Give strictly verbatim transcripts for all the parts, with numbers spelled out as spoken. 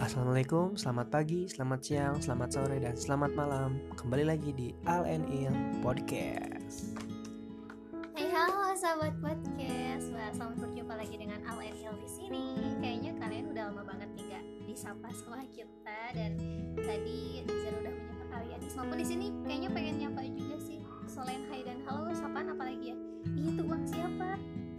Assalamualaikum, selamat pagi, selamat siang, selamat sore, dan selamat malam. Kembali lagi di Al and Il Podcast. Hai halo sahabat podcast, Wah, selamat berjumpa lagi dengan Al and Il di sini. Kayaknya kalian udah lama banget nih gak disapa sama kita, dan tadi Nizar udah menyapa kalian. Isma pun di sini kayaknya pengen nyapa juga sih. Selain hai dan halo, sapaan apa lagi ya? Ih, itu uang siapa?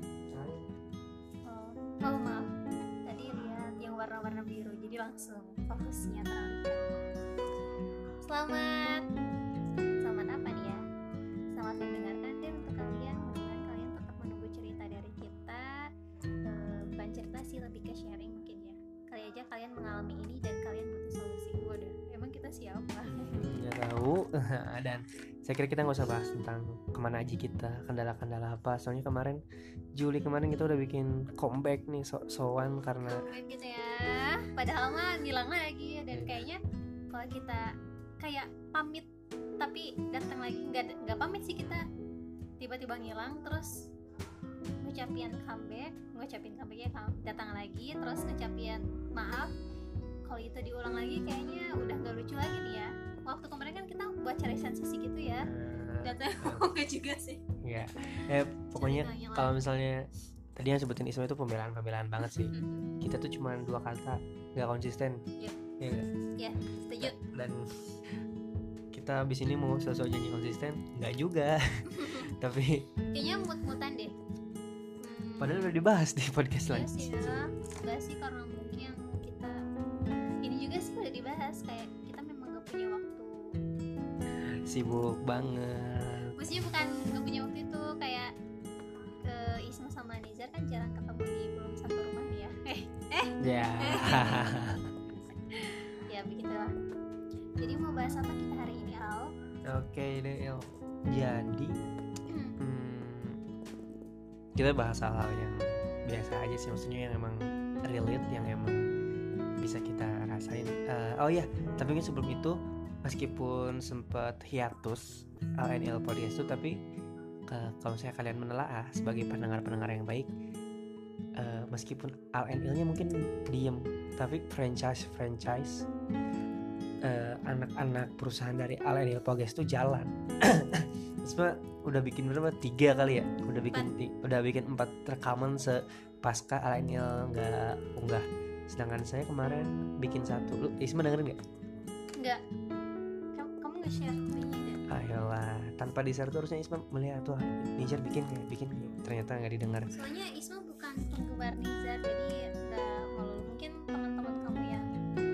Oh, oh maaf. Tadi lihat yang warna-warna biru, jadi langsung fokusnya teralihkan. Selamat Selamat apa nih ya? Selamat mendengarkan deh untuk kalian. Mudah-mudahan kalian tetap menunggu cerita dari kita. Eh, Bukan cerita sih, lebih ke sharing mungkin ya. Kali aja kalian mengalami ini dan kalian butuh solusi. Waduh, emang kita siapa? Nggak tahu. Dan saya kira kita nggak usah bahas tentang kemana aja kita, kendala-kendala apa. Soalnya kemarin Juli kemarin kita udah bikin comeback nih, so-soan karena Komen gitu ya. Padahal mah ngilang lagi ya. Dan kayaknya kalau kita kayak pamit tapi datang lagi, nggak nggak pamit sih, kita tiba-tiba ngilang terus ngucapin comeback, ngucapin comeback ya, datang lagi terus ngucapin maaf. Kalau itu diulang lagi kayaknya udah nggak lucu lagi nih ya. Waktu kemarin kan kita buat cari sensasi gitu ya, eh, datang eh, nggak juga sih. ya, eh pokoknya Ceritanya lah. kalau misalnya tadi yang sebutin Isma itu pembelaan-pembelaan banget sih. Kita tuh cuma dua kata, nggak konsisten. Iya. Ya nggak? Ya, setuju. Dan kita abis ini mau sosok janji konsisten, nggak juga. Tapi Kayaknya mut-mutan deh. Hmm, padahal udah dibahas di podcast iya lain. sih ya, enggak sih, karena mungkin kita ini juga sih udah dibahas, kayak kita memang gak punya waktu. Sibuk banget. Maksudnya bukan gak punya waktu itu, kayak ke Isma sama Nizar kan jarang ketemu di belum satu rumah nih ya. Eh, eh, Ya. ya begitulah. Jadi mau bahas apa kita hari ini, Al? Oke deh El. Jadi hmm, kita bahas hal-hal yang biasa aja sih, maksudnya yang emang relate, yang emang bisa kita rasain. Eh, oh ya, tapi kan sebelum itu, meskipun sempat hiatus Al and Il Podcast itu, tapi eh, kalau saya kalian menelaah sebagai pendengar-pendengar yang baik, eh, meskipun Al and Il-nya mungkin diem, tapi franchise franchise eh, anak-anak perusahaan dari Al and Il Podcast itu jalan. Isma udah bikin berapa? Tiga kali ya? Udah bikin ti- udah bikin empat rekaman sepasca Al and Il nggak unggah. Sedangkan saya kemarin bikin satu. Lu Isma dengerin nggak? Enggak. Kamu kamu nge-share linknya enggak? Ayolah, tanpa di-share tuh harusnya Isma melihat tuh, Nizar bikin nggak? Bikin nggak? Ternyata nggak didengar. Soalnya Isma bukan penggemar Nizar, jadi enggak melulu. Mungkin teman-teman kamu yang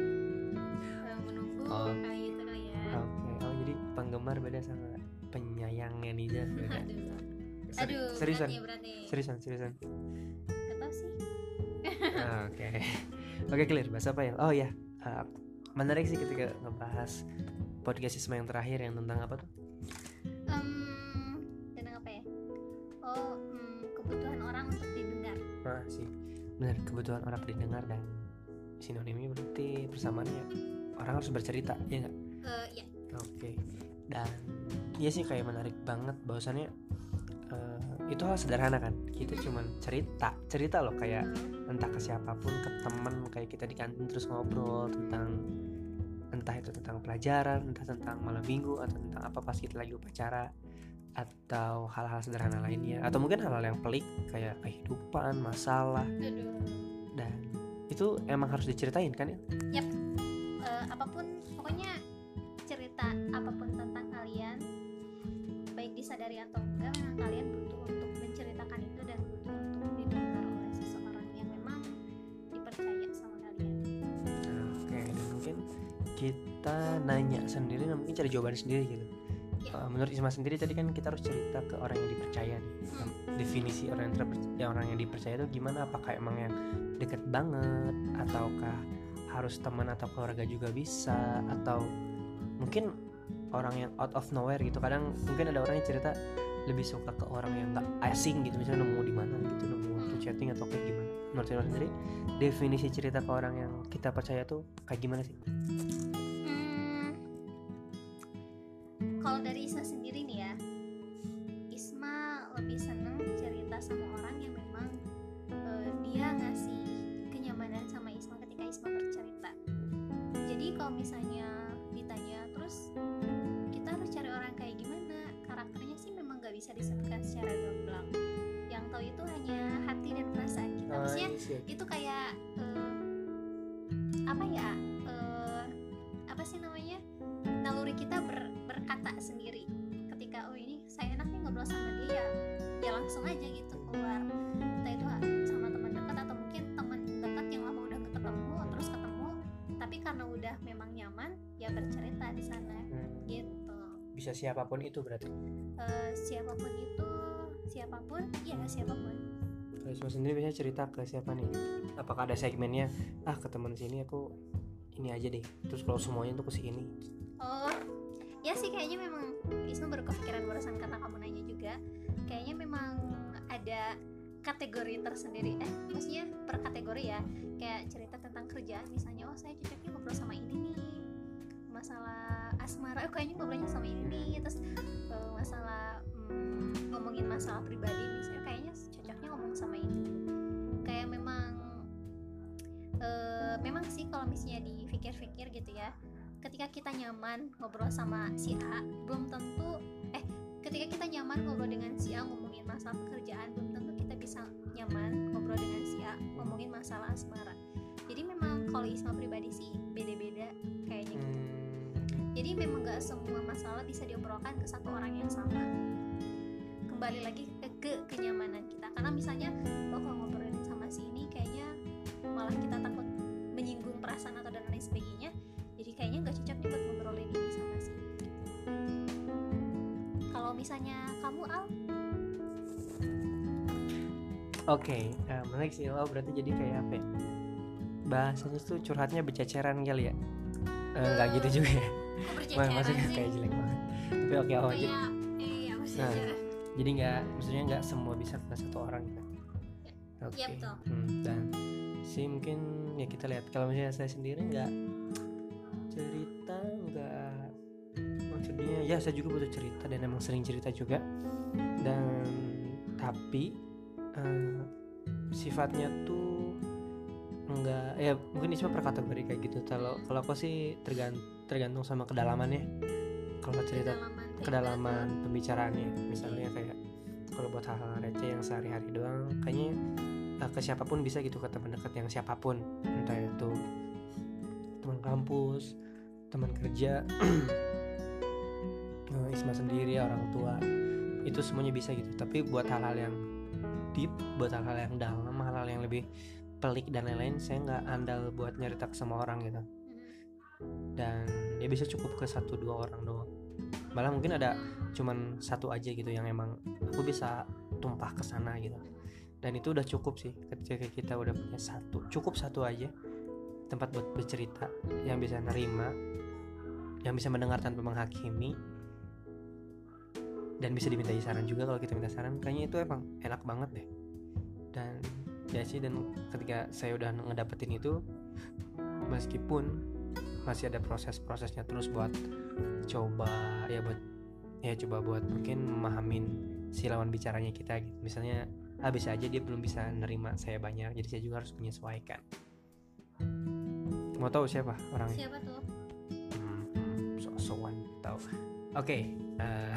eh, menunggu Oh. kayak gitu kali ya. Oke, oh jadi penggemar beda sama penyayangnya Nizar beda. Aduh. Seri- Aduh, seriusan, berat nih, berat nih. seriusan, seriusan. Gak tau sih. Oke, oke clear. Bahas apa ya? Oh ya, uh, menarik sih ketika ngebahas podcast Isma yang terakhir yang tentang apa tuh? Um, tentang apa ya? Oh, hmm, kebutuhan orang untuk didengar. Ah sih, benar, kebutuhan orang didengar, dan sinonimnya berarti persamaannya orang harus bercerita, ya nggak? Eh, ya. Oke, dan iya sih kayak menarik banget bahwasannya uh, itu hal sederhana kan, kita cuman cerita cerita loh, kayak entah ke siapapun, ke teman, kayak kita di kantin terus ngobrol tentang entah itu tentang pelajaran, entah tentang malam minggu, atau tentang apa pas kita lagi upacara, atau hal-hal sederhana lainnya, atau mungkin hal-hal yang pelik kayak kehidupan, masalah, Aduh. dan itu emang harus diceritain kan ya? Yap. Eh, apapun, pokoknya cerita apapun tentang kalian, baik disadari atau enggak, memang kalian butuh untuk menceritakan itu dan butuh untuk didengar oleh seseorang yang memang dipercaya sama kalian. Oke, dan mungkin kita nanya sendiri dan mungkin cari jawaban sendiri gitu. Ya. Uh, menurut Isma sendiri tadi kan kita harus cerita ke orang yang dipercaya nih. Hmm. Definisi orang yang terpercaya, ya, orang yang dipercaya itu gimana? Apakah emang yang deket banget, ataukah harus teman atau keluarga juga bisa, atau mungkin orang yang out of nowhere gitu. Kadang mungkin ada orang yang cerita lebih suka ke orang yang nggak asing gitu, misalnya nemu di mana gitu, nemu waktu chatting atau kayak gimana. Menurut Isma sendiri, definisi cerita ke orang yang kita percaya tuh kayak gimana sih? Hmm, kalau dari Isma sendiri nih ya, Isma lebih seneng cerita sama orang yang memang eh, dia ngasih kenyamanan sama Isma ketika Isma bercerita. sih kalau misalnya ditanya terus kita harus cari orang kayak gimana, karakternya sih memang nggak bisa disebutkan secara gamblang. Yang tahu itu hanya hati dan perasaan kita. Maksudnya itu kayak uh, apa ya uh, apa sih namanya, naluri kita ber, berkata sendiri ketika oh ini saya enak nih ngobrol sama dia, ya langsung aja gitu keluar, entah itu sama teman dekat atau mungkin teman dekat yang lama udah nggak ketemu terus ketemu, tapi karena udah memang nyaman ya bercerita di sana. hmm. Gitu. Bisa siapapun itu berarti? Uh, siapapun itu, siapapun, ya siapapun. Kalau Isma sendiri biasanya cerita ke siapa nih? Apakah ada segmennya? Ah ke teman sini aku ini aja deh. Terus kalau semuanya tuh ke sini. Oh, ya sih kayaknya memang Isma baru kepikiran barusan kata kamu nanya juga. Kayaknya memang ada kategori tersendiri. Eh, maksudnya per kategori ya. Kayak cerita tentang kerjaan misalnya, oh saya cocoknya ngobrol sama ini nih. Masalah asmara, oh kayaknya ngobrolnya sama ini nih. Terus uh, masalah hmm, ngomongin masalah pribadi misalnya, kayaknya cocoknya ngomong sama ini. Kayak memang uh, memang sih kalau misalnya dipikir-pikir gitu ya, ketika kita nyaman ngobrol sama si A, belum tentu eh ketika kita nyaman ngobrol dengan si A ngomongin masalah pekerjaan, belum tentu kita bisa nyaman ngobrol dengan si A ngomongin masalah asmara. Jadi memang kalau Isma pribadi sih beda-beda kayaknya gitu. Jadi memang gak semua masalah bisa diobrolkan ke satu orang yang sama. Kembali lagi ke, ke kenyamanan kita. Karena misalnya oh kalau ngobrolin sama si ini kayaknya malah kita takut menyinggung perasaan atau dan lain sebagainya. Jadi kayaknya gak cocok nih buat ngobrolin ini sama si gitu. Kalau misalnya kamu Al? Oke, okay, uh, menarik sih lo, berarti jadi kayak apa ya? Bahasanya tuh curhatnya berceceran kali ya? Uh, uh, gak gitu juga ya? Wah, maksudnya sih? Kayak jelek banget. Tapi oke, okay, oh jadi iya, nah, jadi nggak, maksudnya nggak semua bisa ke satu orang gitu. Oke. Okay. Iya betul. Hmm, dan sih mungkin ya kita lihat kalau misalnya saya sendiri nggak cerita, nggak, maksudnya ya saya juga butuh cerita dan emang sering cerita juga, dan tapi uh, sifatnya tuh enggak ya, mungkin Isma per kategori kayak gitu. Kalau kalau aku sih tergantung tergantung sama kedalamannya. Kalau cerita kedalaman, kedalaman pembicaraannya, misalnya kayak kalau buat hal-hal receh yang sehari-hari doang, kayaknya uh, ke siapapun bisa gitu, ke teman dekat yang siapapun, entah itu teman kampus, teman kerja, Isma sendiri, orang tua, itu semuanya bisa gitu. Tapi buat hal-hal yang deep, buat hal-hal yang dalam, hal-hal yang lebih pelik dan lain-lain, saya nggak andal buat nyerita ke semua orang gitu. Dan ya bisa cukup ke satu dua orang doang. Malah mungkin ada cuman satu aja gitu yang emang aku bisa tumpah ke sana gitu. Dan itu udah cukup sih ketika kita udah punya satu, cukup satu aja tempat buat bercerita, yang bisa nerima, yang bisa mendengar tanpa menghakimi, dan bisa dimintai saran juga. Kalau kita minta saran kayaknya itu emang enak banget deh. Dan ya sih, dan ketika saya udah ngedapetin itu, meskipun masih ada proses-prosesnya terus buat coba ya buat ya coba buat mungkin memahamin si lawan bicaranya kita gitu. Misalnya ah bisa aja dia belum bisa nerima saya banyak, jadi saya juga harus menyesuaikan. Mau tahu siapa orangnya? Siapa tuh? Hmm, so-soan tahu. Oke, okay, uh,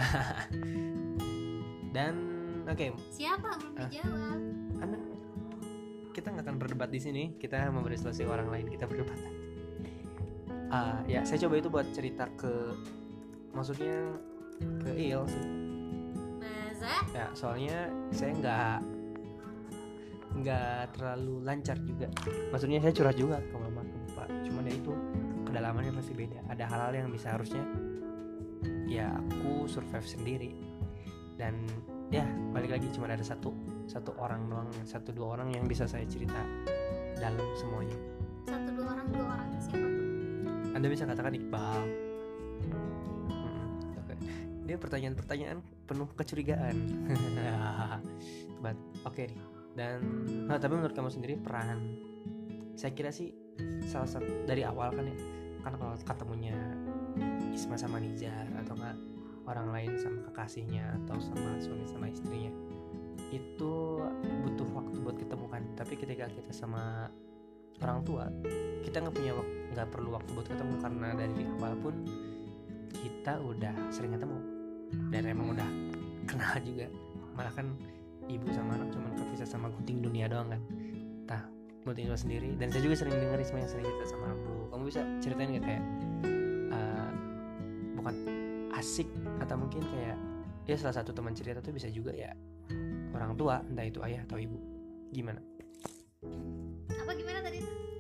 dan oke. Okay. Siapa belum dijawab? Uh, Anda, kita nggak akan berdebat di sini. Kita memberi solusi orang lain. Kita berdebat. Uh, ya, saya coba itu buat cerita ke, maksudnya ke Il sih. Masa? Ya, soalnya saya nggak nggak terlalu lancar juga. Maksudnya saya curhat juga ke mama, ke bapak. Cuman ya itu kedalamannya pasti beda. Ada hal-hal yang bisa harusnya ya aku survive sendiri. Dan ya balik lagi cuma ada satu satu orang doang, satu dua orang yang bisa saya cerita dalam semuanya. Satu dua orang dua orang siapa tuh? Anda bisa katakan Iqbal. Hmm, okay. Dia pertanyaan-pertanyaan penuh kecurigaan. But oke okay nih. Dan nah, tapi menurut kamu sendiri peran, saya kira sih salah satu dari awal kan ya, kan kalau ketemunya Isma sama Nizar atau enggak orang lain sama kekasihnya atau sama suami sama istrinya, itu butuh waktu buat ketemu kan. Tapi ketika kita sama orang tua, kita nggak punya waktu, nggak perlu waktu buat ketemu karena dari apapun kita udah sering ketemu dan emang udah kenal juga. Malah kan ibu sama anak cuma kepisah sama gunting dunia doang kan. Tah, gunting dua sendiri. Dan saya juga sering denger Isma yang sering cerita sama Abu. Kamu bisa ceritain nggak kayak uh, bukan asik atau mungkin kayak ya salah satu teman cerita tuh bisa juga ya orang tua, entah itu ayah atau ibu. Gimana? Apa gimana tadi?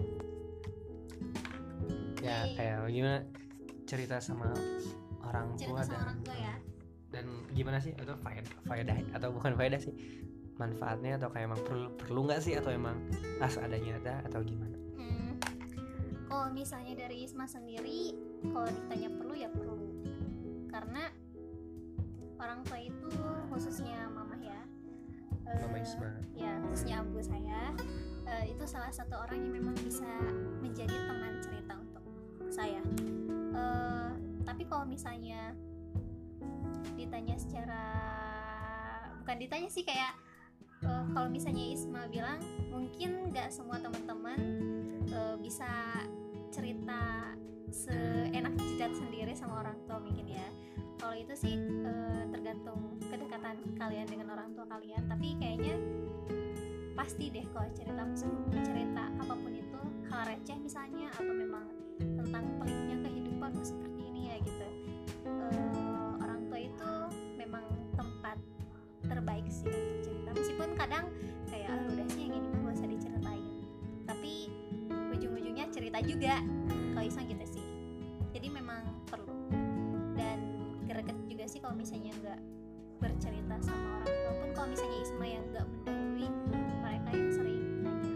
Ya kayak gimana cerita sama orang cerita tua sama dan orang tua ya. Dan gimana sih itu faedah, faedah atau bukan faedah sih, manfaatnya atau kayak emang perlu perlu nggak sih atau emang as adanya ada atau gimana? Hmm. Kalau misalnya dari Isma sendiri, kalau ditanya perlu ya perlu, karena orang tua itu khususnya mama ya, Mama uh, Isma. Ya khususnya abu saya, uh, itu salah satu orang yang memang bisa menjadi teman cerita untuk saya. Uh, tapi kalau misalnya ditanya secara bukan ditanya sih kayak uh, kalau misalnya Isma bilang mungkin nggak semua teman-teman uh, bisa cerita seenak jidat sendiri sama orang tua mungkin ya. Kalau itu sih uh, tergantung kedekatan kalian dengan orang tua kalian. Tapi kayaknya pasti deh kalau cerita cerita apapun itu, hal receh misalnya atau memang tentang peliknya kehidupan seperti ini ya gitu. Uh, orang tua itu memang tempat terbaik sih untuk cerita. Meskipun kadang kayak ah, udah sih yang ini mah gak usah diceritain. Tapi ujung-ujungnya cerita juga. Kalau Isma gitu sih. Jadi memang perlu. Dan greget juga sih kalau misalnya nggak bercerita sama orang tua pun. Kalau misalnya Isma yang nggak mendahului, mereka yang sering nanya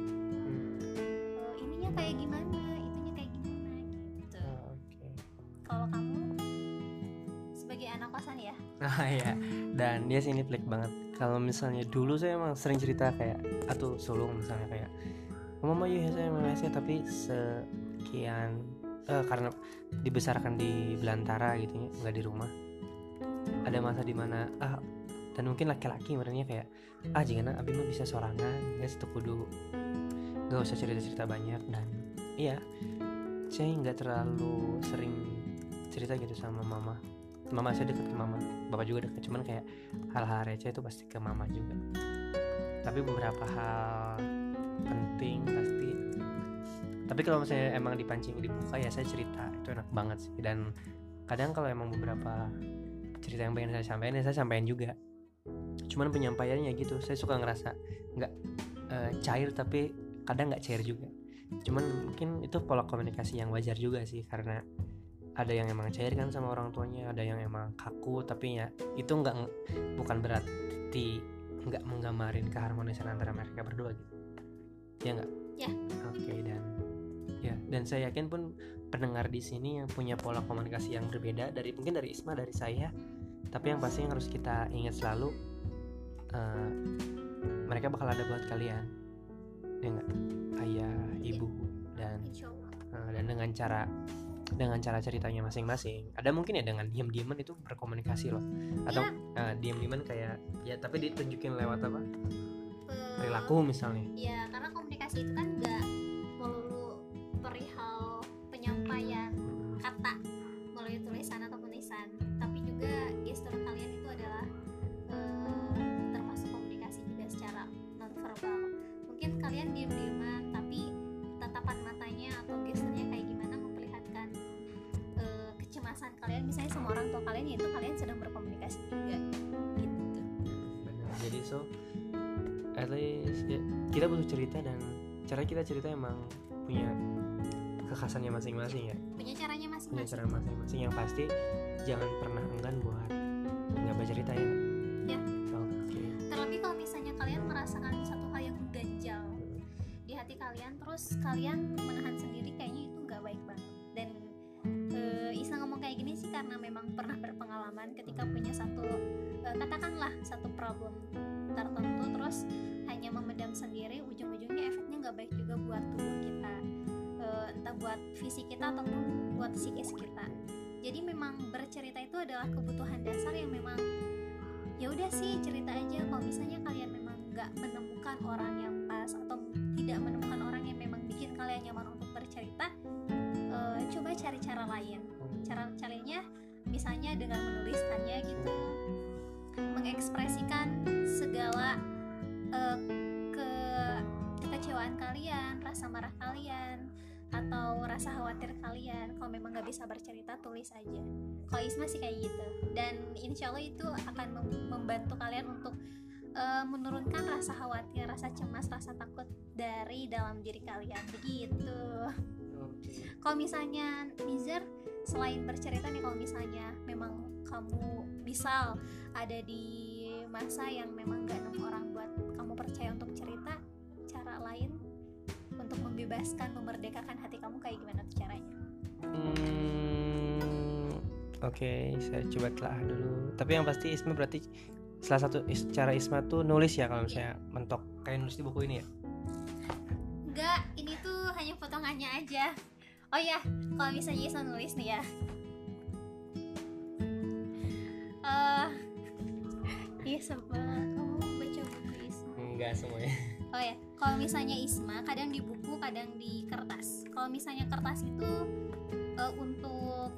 e, ininya kayak gimana, itunya kayak gimana gitu. Oh, okay. Kalau kamu sebagai anak kosan ya? Ah ya, dan dia sini pelik banget. Kalau misalnya dulu saya emang sering cerita kayak atau sulung misalnya kayak mama ya saya mama saya tapi sekian eh, karena dibesarkan di belantara gitu ya, nggak di rumah. Ada masa dimana ah dan mungkin laki-laki sebenarnya kayak ah jangan abi mah bisa sorangan ya situ kudu nggak usah cerita-cerita banyak. Dan iya saya nggak terlalu sering cerita gitu sama mama. Mama saya dekat ke mama, bapak juga dekat, cuman kayak hal-hal receh itu pasti ke mama juga. Tapi beberapa hal penting pasti. Tapi kalau misalnya emang dipancing dibuka ya saya cerita, itu enak banget sih. Dan kadang kalau emang beberapa cerita yang pengen saya sampaikan ya saya sampaikan juga. Cuman penyampaiannya gitu, saya suka ngerasa nggak uh, cair tapi kadang nggak cair juga. Cuman mungkin itu pola komunikasi yang wajar juga sih, karena ada yang emang cair kan sama orang tuanya, ada yang emang kaku, tapi ya itu nggak bukan berarti nggak menggambarin keharmonisan antara mereka berdua gitu, ya nggak? Ya. Oke okay, dan ya dan saya yakin pun pendengar di sini yang punya pola komunikasi yang berbeda dari mungkin dari Isma, dari saya, tapi yang pasti yang harus kita ingat selalu uh, mereka bakal ada buat kalian, ya nggak? Ayah, ibu dan uh, dan dengan cara dengan cara ceritanya masing-masing. Ada mungkin ya dengan diam-diaman itu berkomunikasi loh, atau ya. uh, diam-diaman kayak ya tapi ditunjukin lewat apa perilaku misalnya. Ya karena komunikasi itu kan nggak melulu perihal penyampaian hmm. kata melalui tulisan ataupun lisan, tapi juga gestur kalian itu adalah uh, termasuk komunikasi juga secara nonverbal. Mungkin kalian diam-diaman tapi tatapan matanya atau gesturnya kayak gimana memperlihatkan uh, kecemasan kalian misalnya sama orang tua kalian, yaitu kalian sedang berkomunikasi juga gitu. Benar. Jadi so at least ya, kita butuh cerita dan cara kita cerita emang punya kekhasannya masing-masing ya. Punya caranya masing-masing. Punya cara masing-masing yang pasti jangan pernah enggan buat nggak bercerita ya. Ya. Oke. Okay. Terlebih kalau misalnya kalian merasakan satu hal yang mengganjal hmm. di hati kalian, terus kalian menahan sendiri, kayaknya itu nggak baik banget. Dan uh, Isna ngomong kayak gini sih karena memang pernah berpengalaman ketika punya satu uh, katakanlah satu problem tertentu, terus hanya memendam sendiri, ujung-ujungnya efeknya nggak baik juga buat tubuh kita, e, entah buat fisik kita ataupun buat psikis kita. Jadi memang bercerita itu adalah kebutuhan dasar yang memang ya udah sih cerita aja. Kalau misalnya kalian memang nggak menemukan orang yang pas atau tidak menemukan orang yang memang bikin kalian lain. Cara caranya misalnya dengan menuliskannya gitu, mengekspresikan segala uh, ke kekecewaan kalian, rasa marah kalian, atau rasa khawatir kalian. Kalau memang nggak bisa bercerita, tulis aja. Kalau Isma sih kayak gitu, dan insya Allah itu akan membantu kalian untuk uh, menurunkan rasa khawatir, rasa cemas, rasa takut dari dalam diri kalian begitu. Kalau misalnya Nizar, selain bercerita nih, kalau misalnya memang kamu misal ada di masa yang memang gak nemu orang buat kamu percaya untuk cerita, cara lain untuk membebaskan, memerdekakan hati kamu kayak gimana tuh caranya? Hmm, Oke, okay, saya coba telah dulu. Tapi yang pasti Isma berarti salah satu cara Isma tuh nulis ya, kalau misalnya yeah. mentok kayak nulis di buku ini ya? Enggak, ini tuh hanya potongannya aja. Oh ya, kalau misalnya Isma nulis nih ya, uh, iya sama kamu baca buku Isma? Enggak semuanya. Oh ya, kalau misalnya Isma kadang di buku, kadang di kertas. Kalau misalnya kertas itu uh, untuk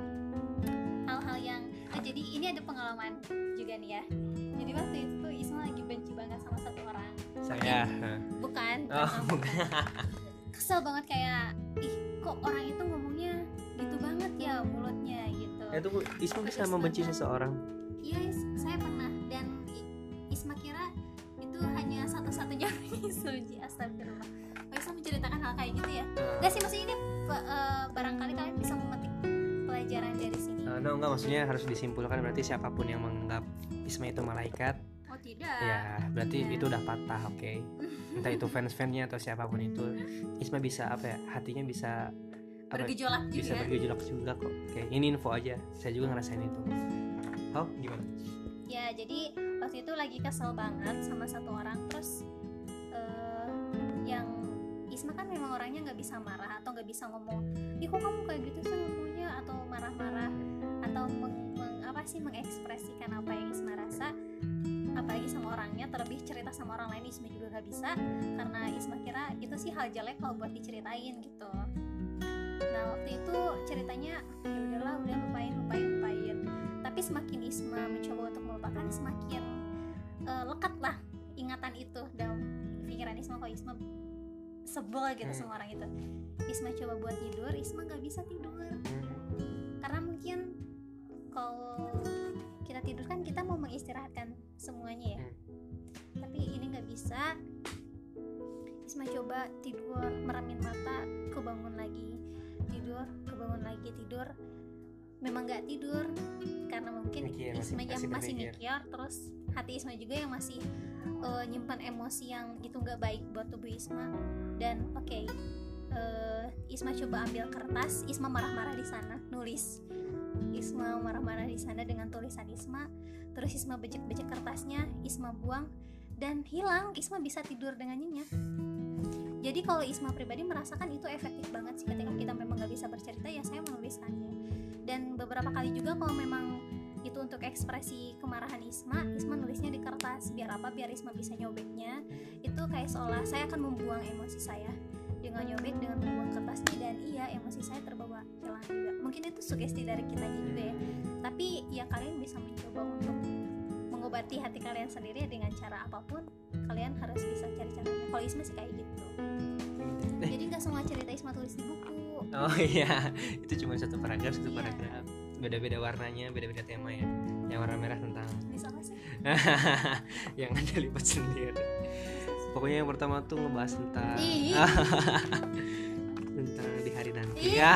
hal-hal yang uh, jadi ini ada pengalaman juga nih ya. Jadi waktu itu tuh Isma lagi benci banget sama satu orang. Saya? Bukan. Oh, bukan. Kesel banget, kayak ih kok orang itu ngomongnya gitu banget ya mulutnya gitu. Ya tuh Isma bisa Isma membenci kan seseorang? Iya, saya pernah, dan Isma kira itu hanya satu-satunya suci, astagfirullah. Oh, Isma menceritakan hal kayak gitu ya? Enggak sih, maksudnya ini uh, barangkali kalian bisa memetik pelajaran dari sini. Uh, no, enggak, maksudnya harus disimpulkan berarti siapapun yang menganggap Isma itu malaikat. Oh tidak. Ya, berarti ya. Itu udah patah, oke. Okay? Entah itu fans-fansnya atau siapapun itu, Isma bisa apa ya? Hatinya bisa apa, bergejolak juga. Bisa bergejolak juga kok. Oke, ini info aja. Saya juga ngerasain itu. Oh, gimana? Ya, jadi waktu itu lagi kesel banget sama satu orang, terus uh, yang Isma kan memang orangnya nggak bisa marah atau nggak bisa ngomong, ih kok kamu kayak gitu sih ngomongnya, atau marah-marah atau meng, meng, apa sih mengekspresikan apa yang Isma rasa, apalagi sama orangnya, terlebih cerita sama orang lain Isma juga nggak bisa, karena Isma kira itu sih hal jelek kalau buat diceritain gitu. Nah waktu itu ceritanya ya udahlah, udah lupain lupain lupain. Tapi semakin Isma mencoba untuk melupakan, semakin uh, lekat lah ingatan itu dalam pikiran Isma. Kalau Isma sebel gitu hmm. sama orang itu, Isma coba buat tidur, Isma nggak bisa tidur karena mungkin kalau kita tidur kan kita mau mengistirahatkan semuanya ya, tapi ini nggak bisa. Isma coba tidur, meremin mata, kebangun lagi, tidur, kebangun lagi, tidur, memang nggak tidur karena mungkin mikir, Isma masih, yang masih mikir. mikir terus hati Isma juga yang masih uh, nyimpan emosi yang itu nggak baik buat tubuh Isma. Dan oke, okay, uh, Isma coba ambil kertas, Isma marah-marah di sana, nulis. Isma marah-marah di sana dengan tulisan Isma, terus Isma becek-becek kertasnya, Isma buang dan hilang. Isma bisa tidur dengan nyenyak. Jadi kalau Isma pribadi merasakan itu efektif banget sih, ketika kita memang nggak bisa bercerita ya saya menuliskannya. Dan beberapa kali juga kalau memang itu untuk ekspresi kemarahan Isma, Isma nulisnya di kertas. Biar apa? Biar Isma bisa nyobeknya. Itu kayak seolah saya akan membuang emosi saya dengan nyobek, dengan membuang kertasnya, dan iya emosi saya terbawa hilang juga. Mungkin itu sugesti dari kitanya juga ya. Tapi ya kalian bisa mencoba untuk mengobati hati kalian sendiri dengan cara apapun. Kalian harus bisa cari caranya. Kalau Isma sih kayak gitu. Jadi nggak semua cerita Isma tulis di buku. Oh iya, itu cuma satu paragraf, satu iya. paragraf. Beda-beda warnanya, beda-beda tema ya. Yang warna merah tentang misalnya sih yang ada lipat sendiri. Pokoknya yang pertama tuh ngebahas tentang tentang di hari nanti. Ya.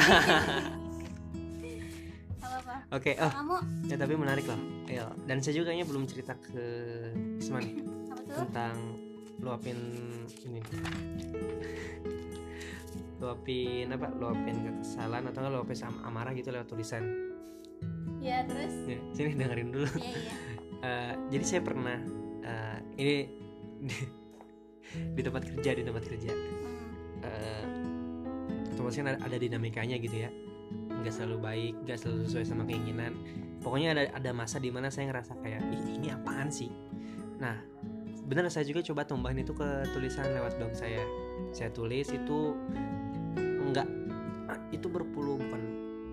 Apa-apa. Oke, okay. Oh. Kamu? Ya tapi menarik loh. Ayo. Dan saya juga kayaknya belum cerita ke Isma nih tentang luapin ini. luapin apa? Luapin kekesalan atau enggak luapin amarah gitu lewat tulisan. Ya, terus? Ya, sini dengerin dulu. Iya, iya. uh, jadi saya pernah uh, ini di, di tempat kerja di tempat kerja. Hmm. Uh, otomatis kan ada, ada dinamikanya gitu ya. Nggak selalu baik, nggak selalu sesuai sama keinginan. Pokoknya ada ada masa di mana saya ngerasa kayak ih ini apaan sih. Nah, benar saya juga coba tambahin itu ke tulisan lewat blog saya. Saya tulis itu enggak itu berpuluh bukan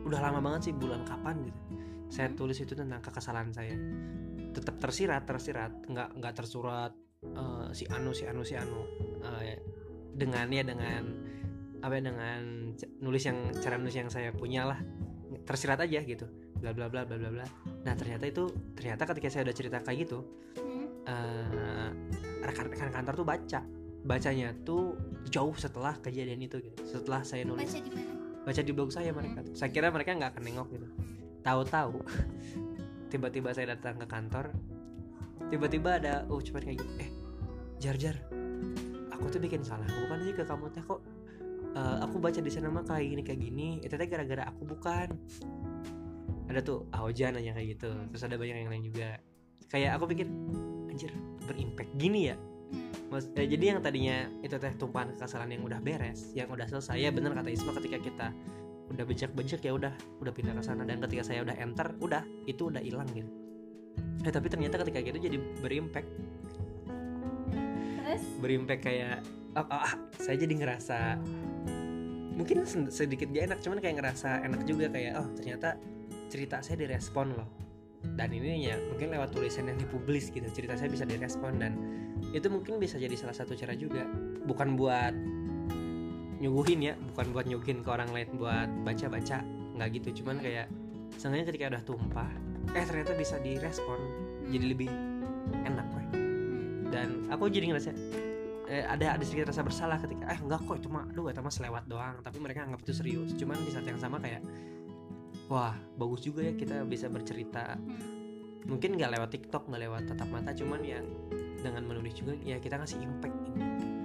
udah lama banget sih, bulan kapan gitu saya tulis itu tentang kekesalan saya. Tetap tersirat tersirat nggak nggak tersurat uh, si anu si anu si anu uh, dengan ya dengan apa ya, dengan nulis yang cara nulis yang saya punya lah, tersirat aja gitu, bla bla bla bla bla bla. Nah ternyata itu ternyata ketika saya udah cerita kayak gitu, uh, rekan-rekan kantor tuh baca bacanya tuh jauh setelah kejadian itu gitu, setelah saya nulis. Baca di mana? Baca di blog saya mereka. Hmm. Saya kira mereka nggak akan nengok gitu. Tahu-tahu tiba-tiba saya datang ke kantor, tiba-tiba ada ucapan kayak gitu, eh jar jar, aku tuh bikin salah bukan sih ke kamu teh kok, uh, aku baca di sana mah kayak gini kayak gini, itu teh gara-gara aku bukan. Ada tuh Ahoja nanya kayak gitu, terus ada banyak yang lain juga. Kayak aku pikir anjir berimpact gini ya. Mas, eh, jadi yang tadinya itu teh tumpahan kekesalan yang udah beres, yang udah selesai, ya benar kata Isma, ketika kita udah bejek-bejek ya udah udah pindah ke sana, dan ketika saya udah enter udah itu udah hilang gitu. Eh tapi ternyata ketika gitu jadi berimpact. Terus? Berimpact kayak oh, oh, saya jadi ngerasa mungkin sedikit gak enak, cuman kayak ngerasa enak juga, kayak oh ternyata cerita saya direspon loh. Dan ini ya mungkin lewat tulisan yang dipublis gitu, cerita saya bisa direspon, dan itu mungkin bisa jadi salah satu cara juga, bukan buat nyuguhin ya, bukan buat nyuguhin ke orang lain buat baca-baca, nggak gitu, cuman kayak seenggaknya ketika udah tumpah eh ternyata bisa direspon, jadi lebih enak weh. Dan aku jadi ngerasa eh, ada ada sedikit rasa bersalah ketika eh enggak kok itu mah aduh itu mah selewat doang, tapi mereka anggap itu serius. Cuman di saat yang sama kayak wah bagus juga ya kita bisa bercerita, mungkin nggak lewat TikTok, nggak lewat tatap mata, cuman yang dengan menulis juga ya kita ngasih impact gitu.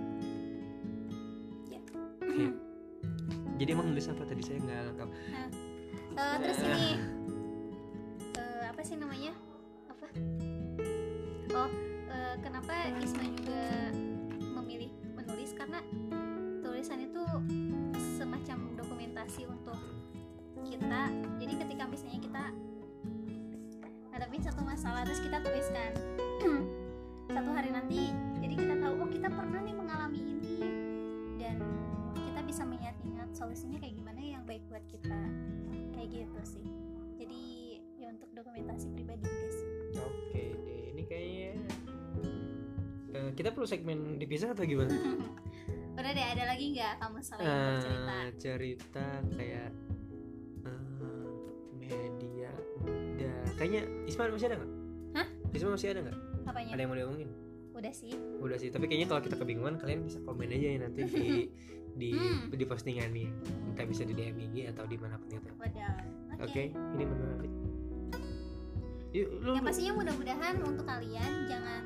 Ya. Okay. Jadi emang nulis apa tadi saya nggak lengkap. Nah, uh, terus ini uh, apa sih namanya? Apa? Oh, uh, kenapa Isma juga memilih menulis, karena tulisan itu semacam dokumentasi untuk kita. Jadi ketika misalnya kita hadapin satu masalah terus kita tuliskan satu hari nanti, jadi kita tahu oh kita pernah nih mengalami ini, dan kita bisa mengingat-ingat solusinya kayak gimana yang baik buat kita, kayak gitu sih. Jadi ya untuk dokumentasi pribadi guys. Oke deh, ini kayaknya uh, kita perlu segmen dipisah atau gimana? Udah deh, ada lagi nggak kamu selain uh, bercerita? Cerita kayak uh, media, udah. Kayaknya Isma masih ada nggak? Hah? Isma masih ada nggak? Apanya? Ada yang mau diomongin? Udah sih. Udah sih, tapi kayaknya kalau kita kebingungan kalian bisa komen aja ya nanti di di, hmm. di postingan nih. Entah bisa di D M I G atau di manapun itu. Wadah. Oke. Okay. Okay, ini menarik. Yuk, lu, yang pastinya mudah-mudahan untuk kalian jangan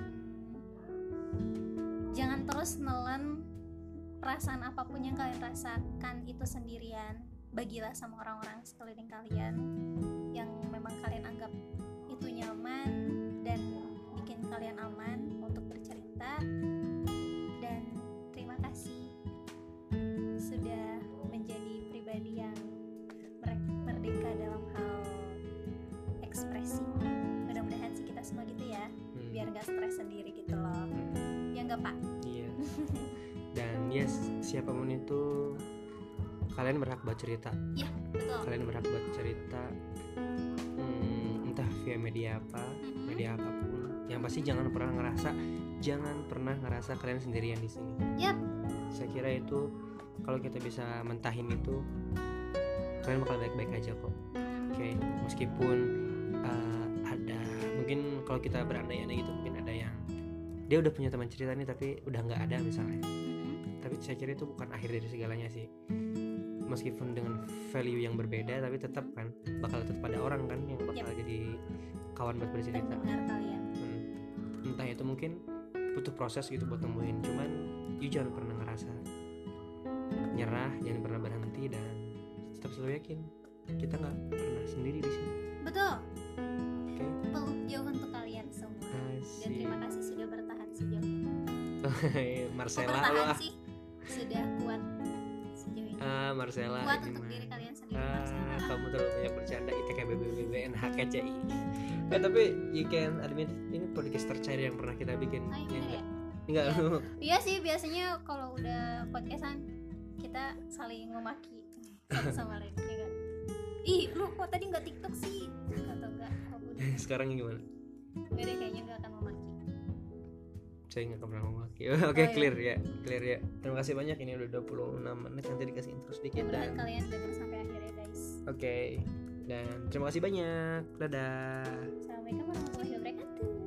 jangan terus nelen perasaan apapun yang kalian rasakan itu sendirian. Bagilah sama orang-orang sekeliling kalian yang memang kalian anggap itu nyaman dan bikin kalian aman untuk bercerita. Dan terima kasih sudah menjadi pribadi yang merdeka dalam hal ekspresi. Mudah-mudahan sih kita semua gitu ya, hmm. biar gak stres sendiri gitu loh. Ya gak Pak? Iya. Dan yes, siapapun itu kalian berhak buat cerita. Iya, betul. Kalian berhak buat cerita, hmm, entah via media apa, mm-hmm. media apapun. Yang pasti jangan pernah ngerasa, jangan pernah ngerasa kalian sendirian di sini. Yap. Saya kira itu kalau kita bisa mentahin itu, kalian bakal baik-baik aja kok. Oke, okay? Meskipun uh, ada, mungkin kalau kita berandai-andai gitu, mungkin ada yang dia udah punya teman cerita nih tapi udah nggak ada misalnya. Mm-hmm. Tapi saya kira itu bukan akhir dari segalanya sih. Meskipun dengan value yang berbeda, tapi tetap kan bakal tetap ada orang kan yang bakal yep. jadi kawan buat bercerita. kalian. Hmm. Entah itu mungkin butuh proses gitu buat temuin, cuman you jangan pernah ngerasa nyerah, jangan pernah berhenti, dan tetap selalu yakin kita nggak pernah sendiri di sini. Betul. Oke. Okay. Peluk jauh untuk kalian semua. Asik. Dan terima kasih sudah bertahan sejauh ini. Marcella oh, bertahan lah. sih sudah kuat. Ah, Marcella kuat ini untuk mah. diri kalian sendiri. Ah, Marcella. kamu terlalu banyak bercanda. I T K B B B B N H K C I. Eh tapi you can admit ini podcast tercair yang pernah kita bikin. Oh, iya ya? Enggak ya. lu. Iya sih, biasanya kalau udah podcastan kita saling memaki satu sama lain, ya kan? ih lu kok tadi nggak TikTok sih atau enggak aku udah Sekarang gimana? nggak deh kayaknya nggak akan memaki. Saya nggak pernah memaki. Oke, Oh, iya. clear ya, clear ya. Terima kasih banyak, ini udah dua puluh enam menit, nanti dikasih intro sedikit Mudah-mudahan dan kalian dengar sampai akhir ya guys. oke. Dan terima kasih banyak. Dadah. Assalamualaikum warahmatullahi wabarakatuh.